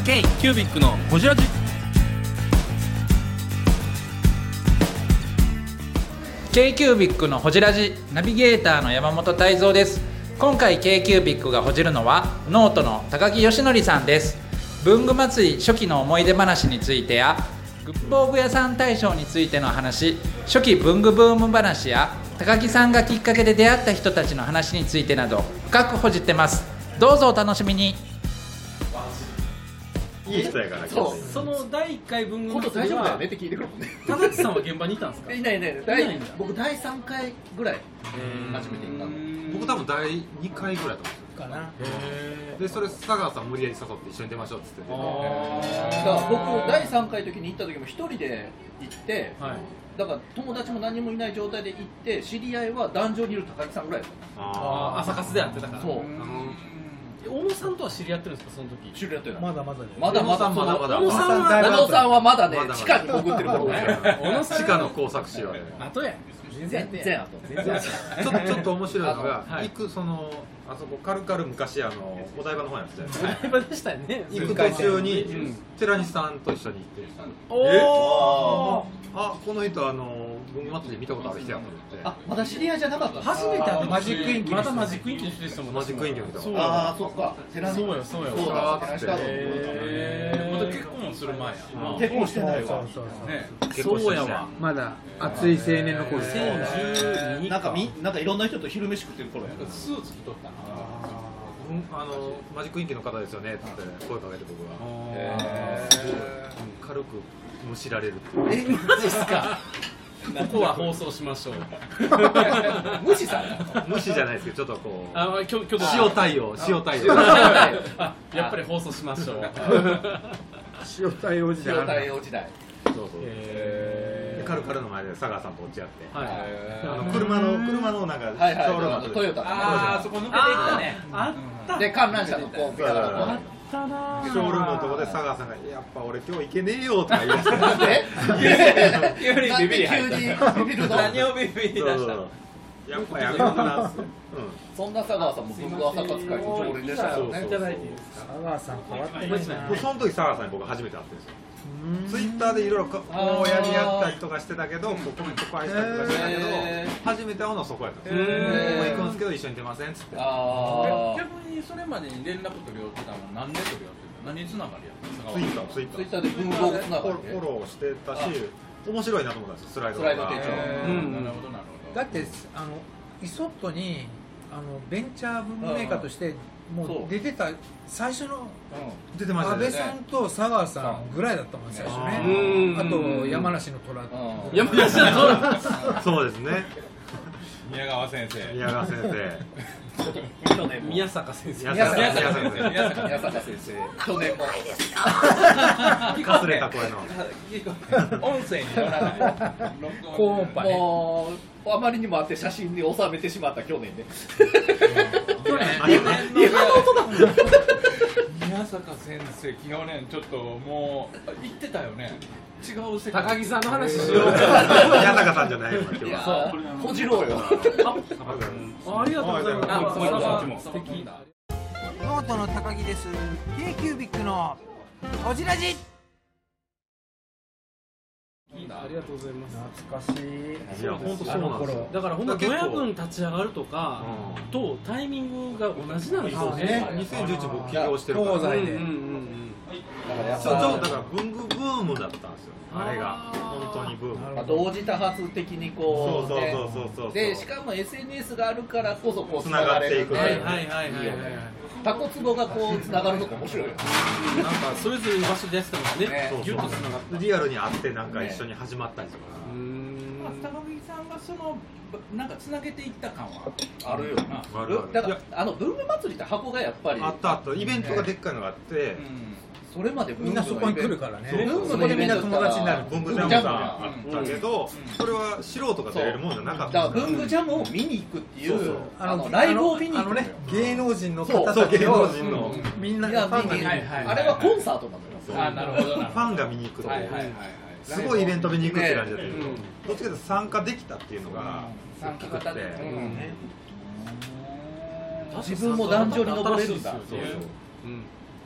K キュービックのホジラジ。 K キュービックのホジラジナビゲーターの山本泰造です。今回 K キュービックがほじるのはノートの高木義則さんです。文具祭り初期の思い出話についてやグッポーグ屋さん大賞についての話、初期文具ブーム話や高木さんがきっかけで出会った人たちの話についてなど深くほじってます。どうぞお楽しみに。 いい人やからその第1回文具本当祭りは大丈夫だよねって聞いてくるもんね。 田崎さんは現場にいたんですか？ いないいないいないんだ。 僕第3回ぐらい初めて行ったの。 僕多分第2回ぐらいだと思うんですかな。 でそれ佐川さん無理やり誘って一緒に出ましょうっつってて、 だから僕第3回の時に行った時も一人で行って、 はい、 だから友達も何もいない状態で行って知り合いは壇上にいる高木さんぐらいだった。 朝活でやってたから。 そう大野さんとは知り合ってるんですか？その時知り合ってない。 まだまだね。 まだまだまだまだ小野さんは長尾さんはまだねまだまだ地下に潜ってる頃ですよ。 小野さん地下の工作しようあとや全然後ちょっと面白いのが、 はい行くそのあそこカルカル昔お台場の方やってたじゃないですか。 ライブでしたよね。 行く途中にうん寺西さんと一緒に行って、 おあこの人文具祭り見たことある人やと思って、 あまだ知り合いじゃなかった。 初めて会ったマジックインキまたマジックインキの人でしたもん。 マジックインキの人そうああそっか。 そうよそうよ。 そうだ寺西さんまた結婚する前や。 結婚してないわ。 ね結婚してそうやわ。 まだ熱い青年の頃です。 2012 なんかいろんな人と昼飯食ってる頃や。 スーツ着とったな。 マジックインキの方ですよねって声かけて僕が軽くむしられるっていう。 マジっすか。 ここは放送しましょう。 無視された。 無視じゃないですけどちょっとこう塩塩対応あ、やっぱり放送しましょう。 塩対応時代。 塩対応時代。 そうそうでカルカルの前で佐川さんと落ち合ってはい車のなんかはいはいショールームあってトヨタ。 あーそこ抜けていったね。 あったで観覧車のこう見ながらあったな。 ショールームのとこで佐川さんがやっぱ俺今日行けねえよとか言い出して急にビビり入った。 急にビビるの。 何をビビり出したの？ やっぱやめようかなっつってそんな佐川さんも文具朝活会の常連でしたよね。 いただいていいですか？ 佐川さん変わってないな。 その時佐川さんに僕初めて会ってるんですよ。ツイッターでいろいろこうやり合ったりとかしてたけど、ここにここ愛したりとかしてたけど、初めて会うのはそこやったんですよ。僕行くんですけど一緒に出ませんっつって。 あ逆にそれまでに連絡取り合ってたのは何で取り合ってたの？何つながりやったの？ ツイッターツイッターで文房具つなフがりでォローしてたし、面白いなと思ったんですよスライドスライド手帳。 なるほどなるほど。 だってイソットにベンチャー文具メーカーとしてもう出てた最初の出てましたね。 安倍さんと佐川さんぐらいだったもん最初うんね。あと山梨の虎。 山梨のそうですね。 宮川先生。 宮川先生、 去年も宮坂先生。 宮坂先生、 宮坂先生去年もかすれた声の。 音声に乗らない。 高音波ね。 もうあまりにもあって写真に収めてしまった去年ね。 去年宮坂先生去年ちょっともう言ってたよね。違う世界。 高木さんの話しよう。 宮坂さんじゃないよ今日いやは。 ほじろうよ。 ありがとうございます。 も素敵だ。 ノートの高木です。K キュービックのホジラジ。 ありがとうございます。 懐かしい。 いや本当そうなんですよ。 だから本当ドヤ君立ち上がるとかとタイミングが同じなんですよね。 2011僕起業してるから。 東西で。 そうだから文具ブームだったんですよ。あれが本当にブーム。 同時多発的にこうそうねそうそうそうでしかも SNS があるからこそこうつながっていく繋がれるはいはいはいはいはい。 タコツボがこうつながるとこ面白いよね。 なんかそれぞれの場所でやってたもんねね。 ギュッとつながって。 リアルに会ってなんか一緒に始まったりとか。 高木さんがそのなんかつなげていった感はあるよ。 あるあるだから文具祭りって箱がやっぱりあったイベントがでっかいのがあって、 それまでみんなそこに来るからね。 そうそこでみんな友達になる。 文具ジャムさんあったけど、それは素人が出れるもんじゃなかっただから文具ジャムを見に行くっていそうそううライブを見に行くね芸能人のそう方たち芸能を人のみんないやファンが見に見に行く。 あれはコンサートなのよ。 あなるほどな。 ファンが見に行くっていう、 はいはいはいはい。 すごいイベント見に行くって感じだったけど、 ねどっちかというと参加できたっていうのが参加型で。 自分も壇上に登れるんだ。 そうそう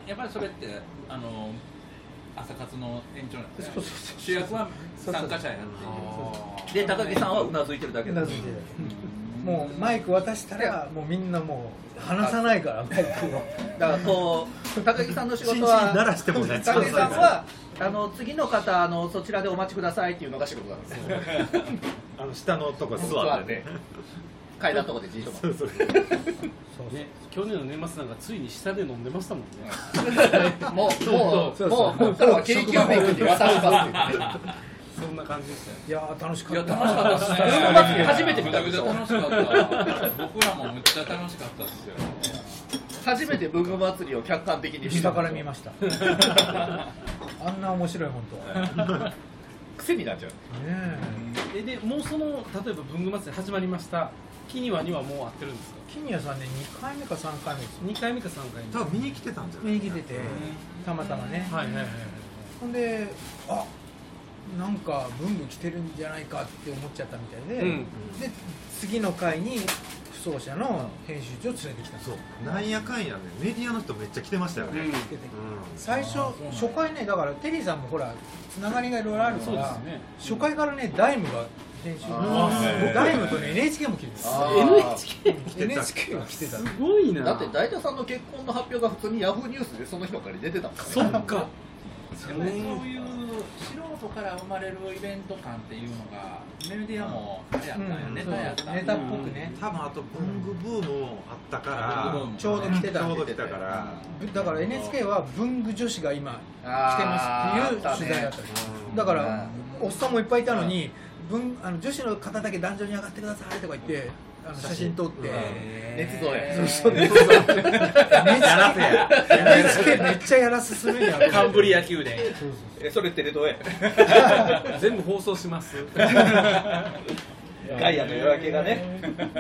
やっぱりそれって朝活の延長なんですね。 そうそうそう主役は参加者やってで高木さんはうなずいてるだけだ。 もうマイク渡したらもうみんなもう離さないからマイクを。 だからこう高木さんの仕チンチン事は鳴らしてもね高木さんは次の方そちらでお待ちくださいっていうのが仕事なんですよ。 下のとこ座ってね階段のとこでじっと待って。 そうね、去年の年末なんかついに下で飲んでましたもんね。 もうここからは k q ビックに渡しますって言って。 そんな感じでしたよ。 いやー楽しかった。 いや楽しかったですね。 初めて見ためちゃめちゃ楽しかった。僕らもめっちゃ楽しかったですよ。 初めて文具祭りを客観的に見た。 下から見ました。あんな面白いもんとは。 癖になっちゃう。 でもう例えば文具祭り始まりました。キニワにはもう会ってるんですか。 キニアさんね2回目か3回目です。 2回目か3回目。 多分見に来てたんじゃない見に来ててたまたまね。 はいはいはい。 ほんでなんか文具来てるんじゃないかって思っちゃったみたいで、で次の回に不走者の編集長を連れてきたんですよ。 なんやかんやねメディアの人めっちゃ来てましたよね。 最初初回ねだからテリーさんもほらつながりがいろいろあるから、 ね、 初回からねダイムが編集ダイムとね NHK も来てるんですよ。NHK が来てた。 すごいな。 だって大田さんの結婚の発表が普通にヤフーニュースでその日のから出てたもんね。 そっか。 そういう素人から生まれるイベント感っていうのがメディアもあれやったんや、ネタやったネタっぽくね。 多分あと文具ブームもあったからちょうど来てた。 ちょうど来たからだから NHK は文具女子が今来てますっていう取材だったんです。だからおっさんもいっぱいいたのに女子の方だけ壇上に上がってくださいとか言って写真撮って捏造や。 そう捏造。やらせや。NHK めっちゃやらせするんや。 カンブリア宮殿。 それテレ東や。 全部放送します。 ガイアの夜明けがね。 そうか。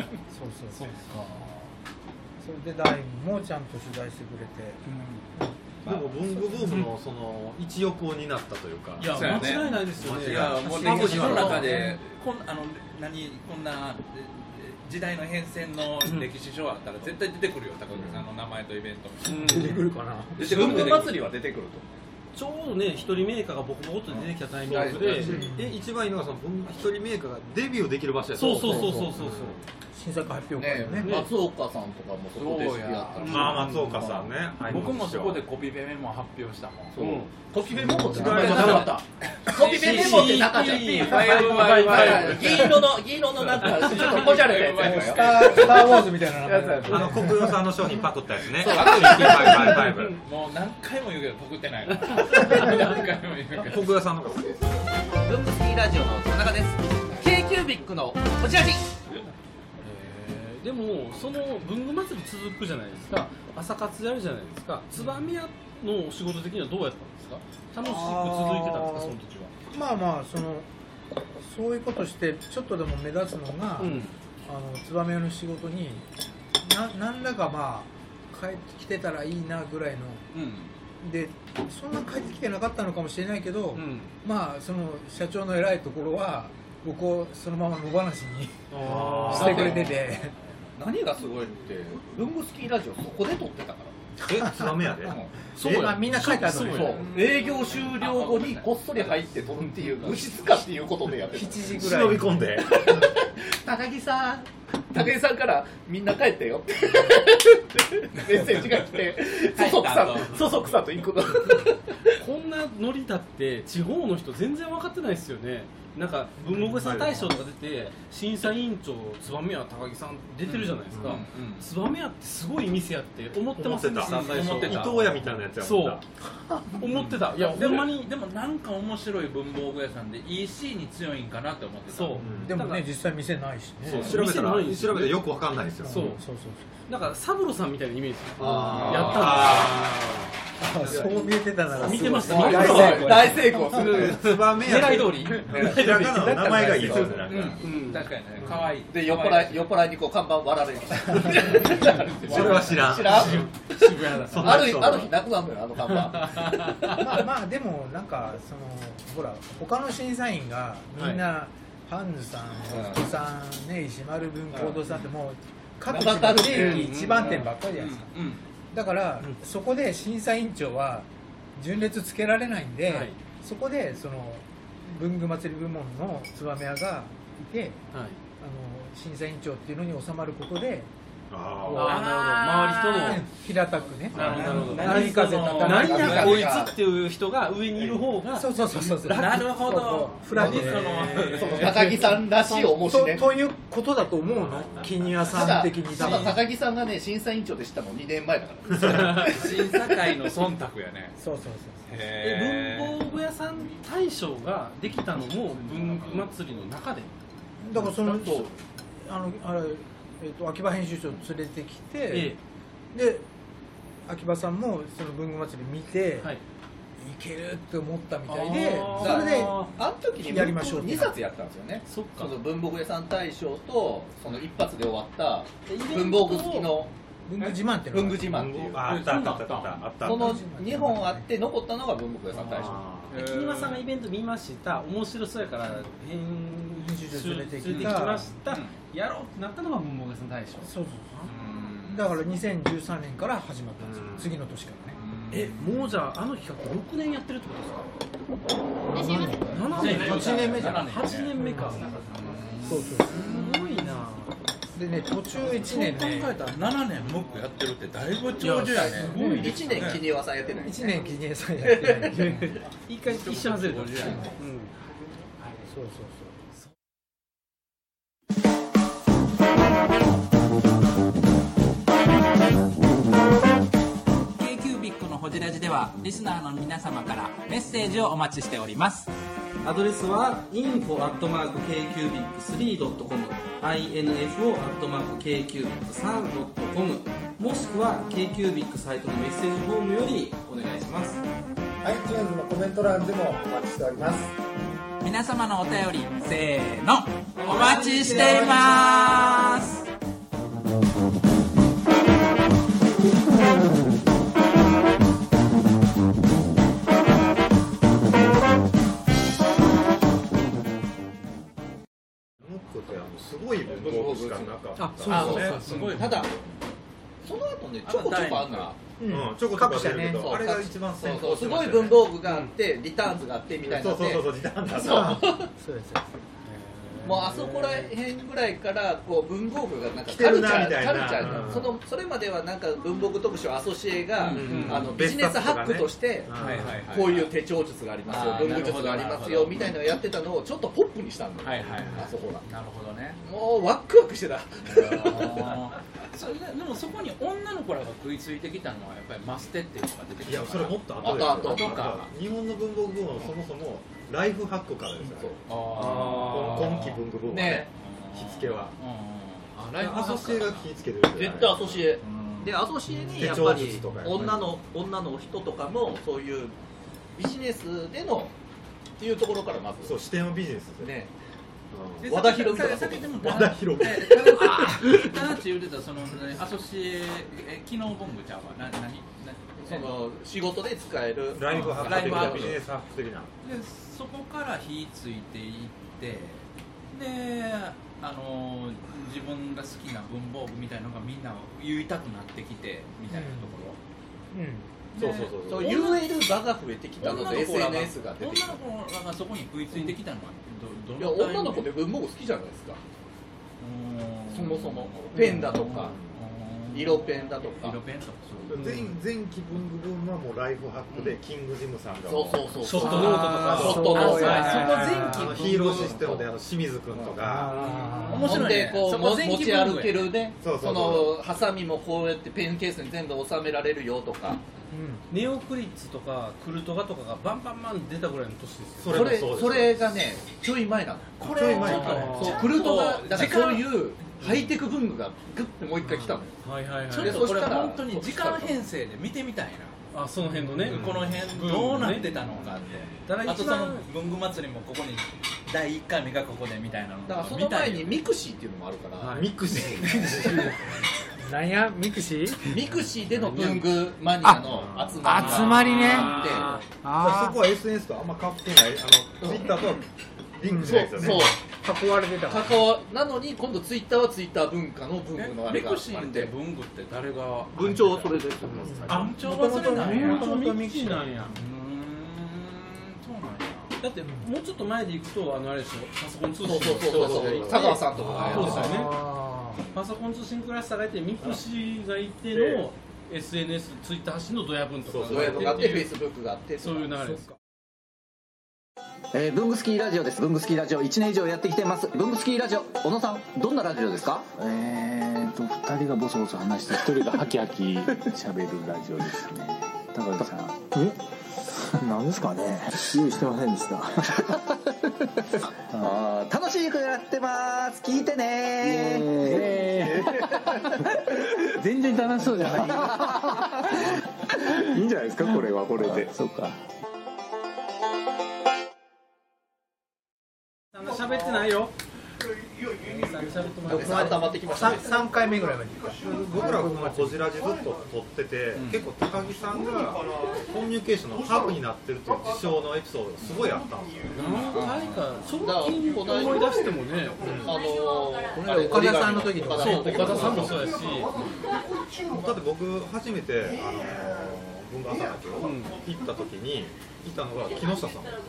それでダイムもちゃんと取材してくれて。 でも文具ブームのその一翼を担ったというか。 いや間違いないですよね。 いやもう歴史の中でこんな時代の変遷の歴史書あったら絶対出てくるよ、高木さんの名前とイベントも。 出てくるかな。 文具祭りは出てくると。 ちょうどね一人メーカーがボコボコっと出てきたタイミングで、 一番いいのがその一人メーカーがデビューできる場所や。 そう。 新作発表会ね。 松岡さんとかもそこで知り合った。 松岡さんね。 僕もそこでコピペメモ発表したもん。 コピペメモってなかった。コピペメモってなかった。銀色のなんかちょっとこじゃれたやつ。 スターウォーズみたいなやつ。 国用さんの商品パクったやつね。 もう何回も言うけどパクってない。何回も言うけど。 国用さんの方が。 文具スキーラジオの田中です。k q ビックのこちらじ。 でもその文具祭り続くじゃないですか。朝活やるじゃないですか。燕屋のお仕事的にはどうやったんですか。楽しく続いてたんですかその時は。 まあそういうことしてちょっとでも目立つのが、燕屋の仕事に何らか帰ってきてたらいいなぐらいの、でそんな帰ってきてなかったのかもしれないけど、その社長の偉いところは僕をそのまま野放しにしてくれてて。 何がすごいって文具スキーラジオそこで撮ってたから。 燕屋で。 そうみんな書いてあるのに。 営業終了後にこっそり入って撮るっていう物質化っていうことでやってた。 7時ぐらい忍び込んで。 高木さんからみんな帰ってよってメッセージが来て、そそくさと行くの。 こんなノリだって地方の人全然分かってないですよね。なんか文具さん大賞とか出て審査委員長燕屋高木さん出てるじゃないですか。燕屋ってすごい店やって思ってませんでした。最初伊藤屋みたいなやつやそう思ってた。いやほんまにでもなんか面白い文房具屋さんで EC に強いんかなって思ってた。 そうでもね実際店ないしね。 調べたらよくわかんないですよ。 そうなんかサブロさんみたいなイメージやったんですよ。 そう見えてたなら見てました。 大成功する。 燕屋狙い通り。 ひらがなの名前がいいですよね。 確かにね、可愛い。 で酔っ払いにこう看板割られる。 それは知らん。 ある日なくなるのよあの看板。 でもなんかほら他の審査員がみんなハンズさん、ホフトさん、石丸文工堂さんってもう各地の地域一番店ばっかりじゃないですか。 だからそこで審査委員長は順列つけられないんで、 はいそこでその文具祭り部門のツバメ屋がいて、 はい審査委員長っていうのに収まることでああ、なるほど。周りとの平たくね、 なるほど波風立たない何やこいつっていう人が上にいる方がそうなるほど。 フラッグその高木さんらしいおもしね。 ということだと思うの、キニアさん的に。 ただ高木さんがね審査委員長でしたの2年前だから審査会の忖度やね。 そう文房具屋さん大賞ができたのも文具祭りの中で。 だからその秋葉編集長を連れてきて、で秋葉さんもその文具祭り見て、 はい、 いけるって思ったみたいで、 あそれであの時にやりましょうって 2冊やったんですよね。 そっかその文房具屋さん大賞とその一発で終わった文房具好きの文具自慢っていうの文具自慢っていうあったその2本あって残ったのが文房具屋さん大賞。 木庭さんがイベント見ました、面白そうやから編集長連れてきました、やろうってなったのが文房具屋さん大賞。 そうだから2013年から始まったんですよ、次の年からね。 もうじゃあの企画6年やってるってことですか 8年目じゃん。 8年目か。 そうすごいな。 でね、途中1年ね、 考えたら7年ムックやってるってだいぶ長寿やね。 1年木庭さんやってない。 1年記念さんやってない。 一回一緒外れた。 そうそうそう。 K-Cubic のホジラジではリスナーの皆様からメッセージをお待ちしております。 アドレスは info@kcubic3.com info@kcubic3.com もしくは K-Cubic サイトのメッセージフォームよりお願いします。 iTunes のコメント欄でもお待ちしております。 皆様のお便りせーのお待ちしています。 すごい文房具しかなかった。 すごい。ただその後ねちょこちょこあんのよ。 ちょこちょこあるけど、あれが一番先行。 すごい文房具があってリターンズがあってみたいな。 そうリターンズ。 そうです。 もうあそこら辺ぐらいからこう文房具がなんかカルチャー、それまではなんか文房具特集アソシエがビジネスハックとしてこういう手帳術がありますよ、文具術がありますよみたいなのをやってたのをちょっとポップにしたんだよ。あそこが。なるほどね。もうワクワクしてた。でもそこに女の子らが食いついてきたのはやっぱりマステっていうのが出てきた。 いやそれもっと後ですよ。日本の文房具部門はそもそもライフハックからですよ。今期文具部門ね。火付けは。アソシエが気付けてる。 絶対アソシエ。でアソシエにやっぱり女の人とかもそういうビジネスでのっていうところからまず。 そう視点はビジネスですね。 和田博美とか和田博美。 タナッチ言うてたそのアソシエ機能文具ちゃうわ。何？ その仕事で使えるライフハック的なビジネスハック的な。 でそこから火ついていってで自分が好きな文房具みたいなのがみんな言いたくなってきてみたいなところ。 そう言える場が増えてきたので SNS が出てきた。 女の子らがそこに食いついてきたのはどいや女の子で文房具好きじゃないですか。そもそもペンだとか色ペンだとか。 色ペンとか前期文具部門はもうライフハックでキングジムさんがショットノートとかそこ前期ヒーローシステムで清水君とか面白いね。 こう持ち歩けるね。そのハサミもこうやってペンケースに全部収められるよとか。 ネオクリッツとかクルトガとかがバンバンバン出たぐらいの年ですよ。それがねちょい前なの。 これちょっとクルトガだからそういうハイテク文具がグッてもう一回来たのよ。 ちょっとこれ本当に時間編成で見てみたいな。 その辺のね、 この辺どうなってたのかって。あとその文具祭りもここに第1回目がここでみたいなの。 だからその前にミクシーっていうのもあるから。 ミクシー。 なんやミクシー？ ミクシーでの文具マニアの集まりね。 そこは SNS とあんま変わってない。ツイッターとリンクじゃないですよね。 囲われてたからなのに今度ツイッターはツイッター文化の文具のあれがミクシーで文具って誰が文鳥それです。 文鳥がそれなんや。 もともとミクシーなんや。 そうなんや。 だってもうちょっと前で行くとあれでしょ、パソコン通信そう佐川さんとかがそうですよね。パソコン通信クラスターがいてミクシーがいての SNS ツイッター発信のドヤ文とかドヤ文があってフェイスブックがあってそういう流れです。 ブングスキーラジオです。ブングスキーラジオ1年以上やってきてます。ブングスキーラジオ、小野さんどんなラジオですか 2人がボソボソ話して1人がハキハキ喋るラジオですね。高橋さん何ですかね、用意してませんでした楽しくやってます、聞いてね全然楽しそうじゃないいいんじゃないですか、これはこれで。そうか、 喋ってないよ。 溜まってきましたね。 3回目ぐらいまで僕らこのこじらじずっと撮ってて、結構高木さんがコミュニケーションのハブになってるという事象のエピソードがすごいあったんですよ。 何回か直近思い出してもね、 岡田さんの時とか、 そう岡田さんもそうやし、 だって僕初めて文化朝だけを行った時にいたのが木下さん。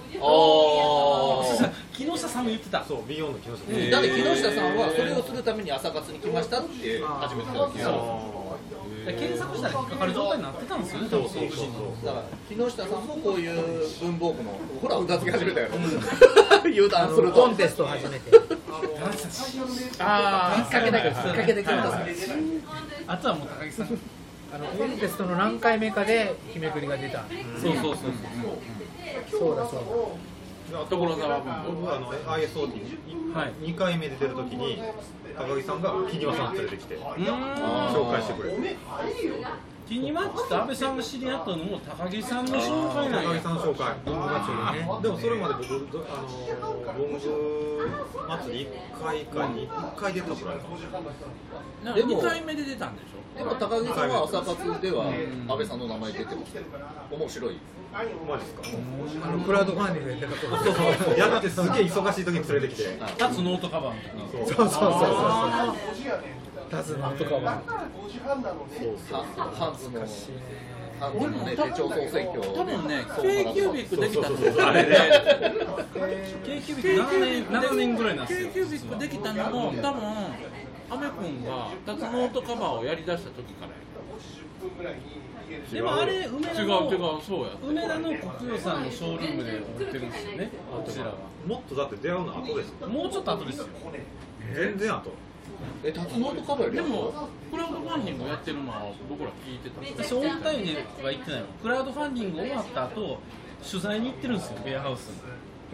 木下さんも言ってた。 そう、ビヨンの木下さん。 だって木下さんはそれをするために朝活に来ましたって初めての時検索したら引っかかる状態になってたんですよね。 そうだから木下さんもこういう文房具のほらうなずき始めたよ。油断するとコンテストを始めてきっかけだけどきっかけで木下さん。 あとはもう高木さん。 コンテストの何回目かで日めくりが出た。 そうそうだ。 所沢僕ISOT2 回目で出るときに高木さんが木庭さん連れてきて紹介してくれて、 木庭って安倍さんが知り合ったのも高木さんの紹介なんや。 高木さんの紹介でもそれまで僕文具祭り1回か1回出たぐらいかもしれない。 でも2回目で出たんでしょ。 でも高木さんは朝活では安倍さんの名前出てます。面白い。 マジですか。 クラウドファンディングで出たとこそうやってすげえ忙しい時に連れてきて、 立つノートカバーの時に。 そう立つノートカバー。 ハンズのね手帳総選挙。 多分ね K キュービックできたのあれね K キュービック7年ぐらいなんですよ。 K キュービックできたのも多分アメ君が立つノートカバーをやりだした時からや。 でもあれ梅田のそうや梅田の国用さんのショールームで売ってるんですよね。こちらはもっとだって出会うの後ですよ。 もうちょっと後ですよ。 全然後。 タツノートカバーよりでもクラウドファンディングやってるのは僕ら聞いてた。 私オンタイムでは行ってないの。クラウドファンディング終わった後取材に行ってるんですよ、ベアハウスに。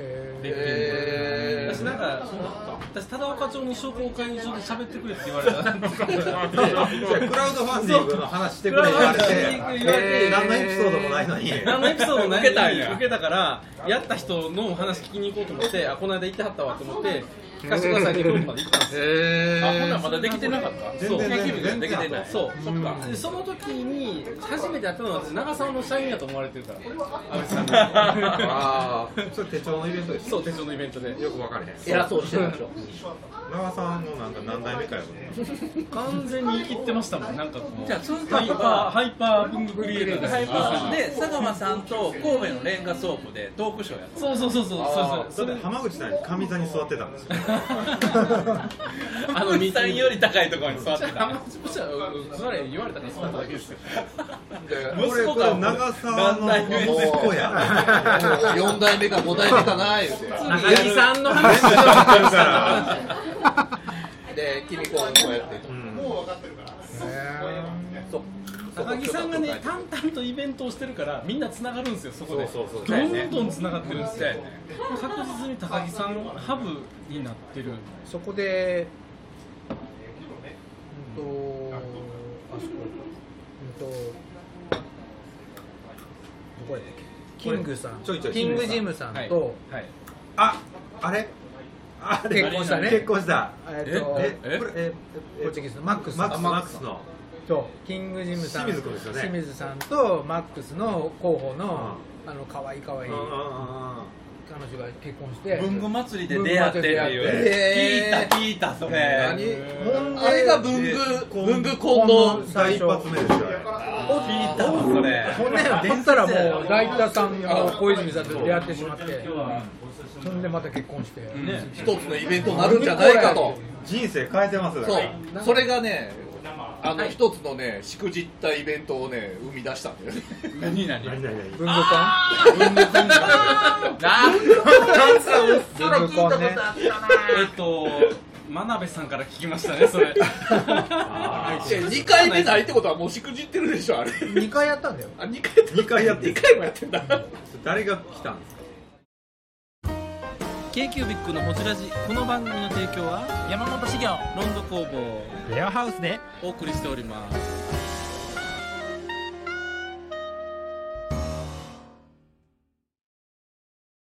私なんか私忠岡町の商工会議場で喋ってくれって言われた。 クラウドファンディングの話してくれ言われて、何のエピソードもないのに何のエピソードもないのに受けたからやった人の話聞きに行こうと思って、この間行ってはったわと思って聞かせてくださいって言うまで行ったんですよ。 ほなまだできてなかった。 そうできてない。 そうそっか。その時に初めてやったのは私長澤の社員だと思われてるから安倍さんに。 ああ、それ手帳のイベントです。 そう、手帳のイベントでよく分かれへん。 偉そうしてるでしょ。 長さんのなんか何代目かやもんね。 完全に生きってましたもん。なんかこうじゃあその時ハイパー文具クリエイターハイパーで佐川さんと神戸のレンガ倉庫でトークショーやった。 そうだって浜口さんに上座に座ってたんですよ。 水さんより高いところに座ってた。 それ言われたから座っただけですよ。 息子が長澤の息子や。 4代目か5代目かな言うて。 中木さんの話全然分かるから。 で君子もやってた。もう分かってるから。そう。 高木さんがね淡々とイベントをしてるからみんなつながるんですよ。そこでそうどんどんつながってるんですよ。確実に高木さんハブになってる。 そこであそこどこやったっけ、キングさん、キングジムさんと、 あれ結婚したね。 結婚したポルチギスのマックスのとキングジムさん、 清水君ですよね。 清水さんとマックスの候補の可愛い彼女が結婚して文具祭りで出会ってっていう聞いたそれあれが文具婚の第一発目ですよ。 聞いたわそれそんなの出たらもうライターさんが小泉さんと出会ってしまってそんでまた結婚して一つのイベントになるんじゃないかと人生変えてますよ。 そうそれがね一つのねしくじったイベントをね生み出したんだよね。 何文具婚文具婚ね真鍋さんから聞きましたねそれ。 2回目ないってことはもうしくじってるでしょあれ。 2回やったんだよ。 2回やって2回もやってんだ。 誰が来たんですか。 K-Cubic のホジラジ、この番組の提供は山本修行ロンド工房レアハウスでお送りしております。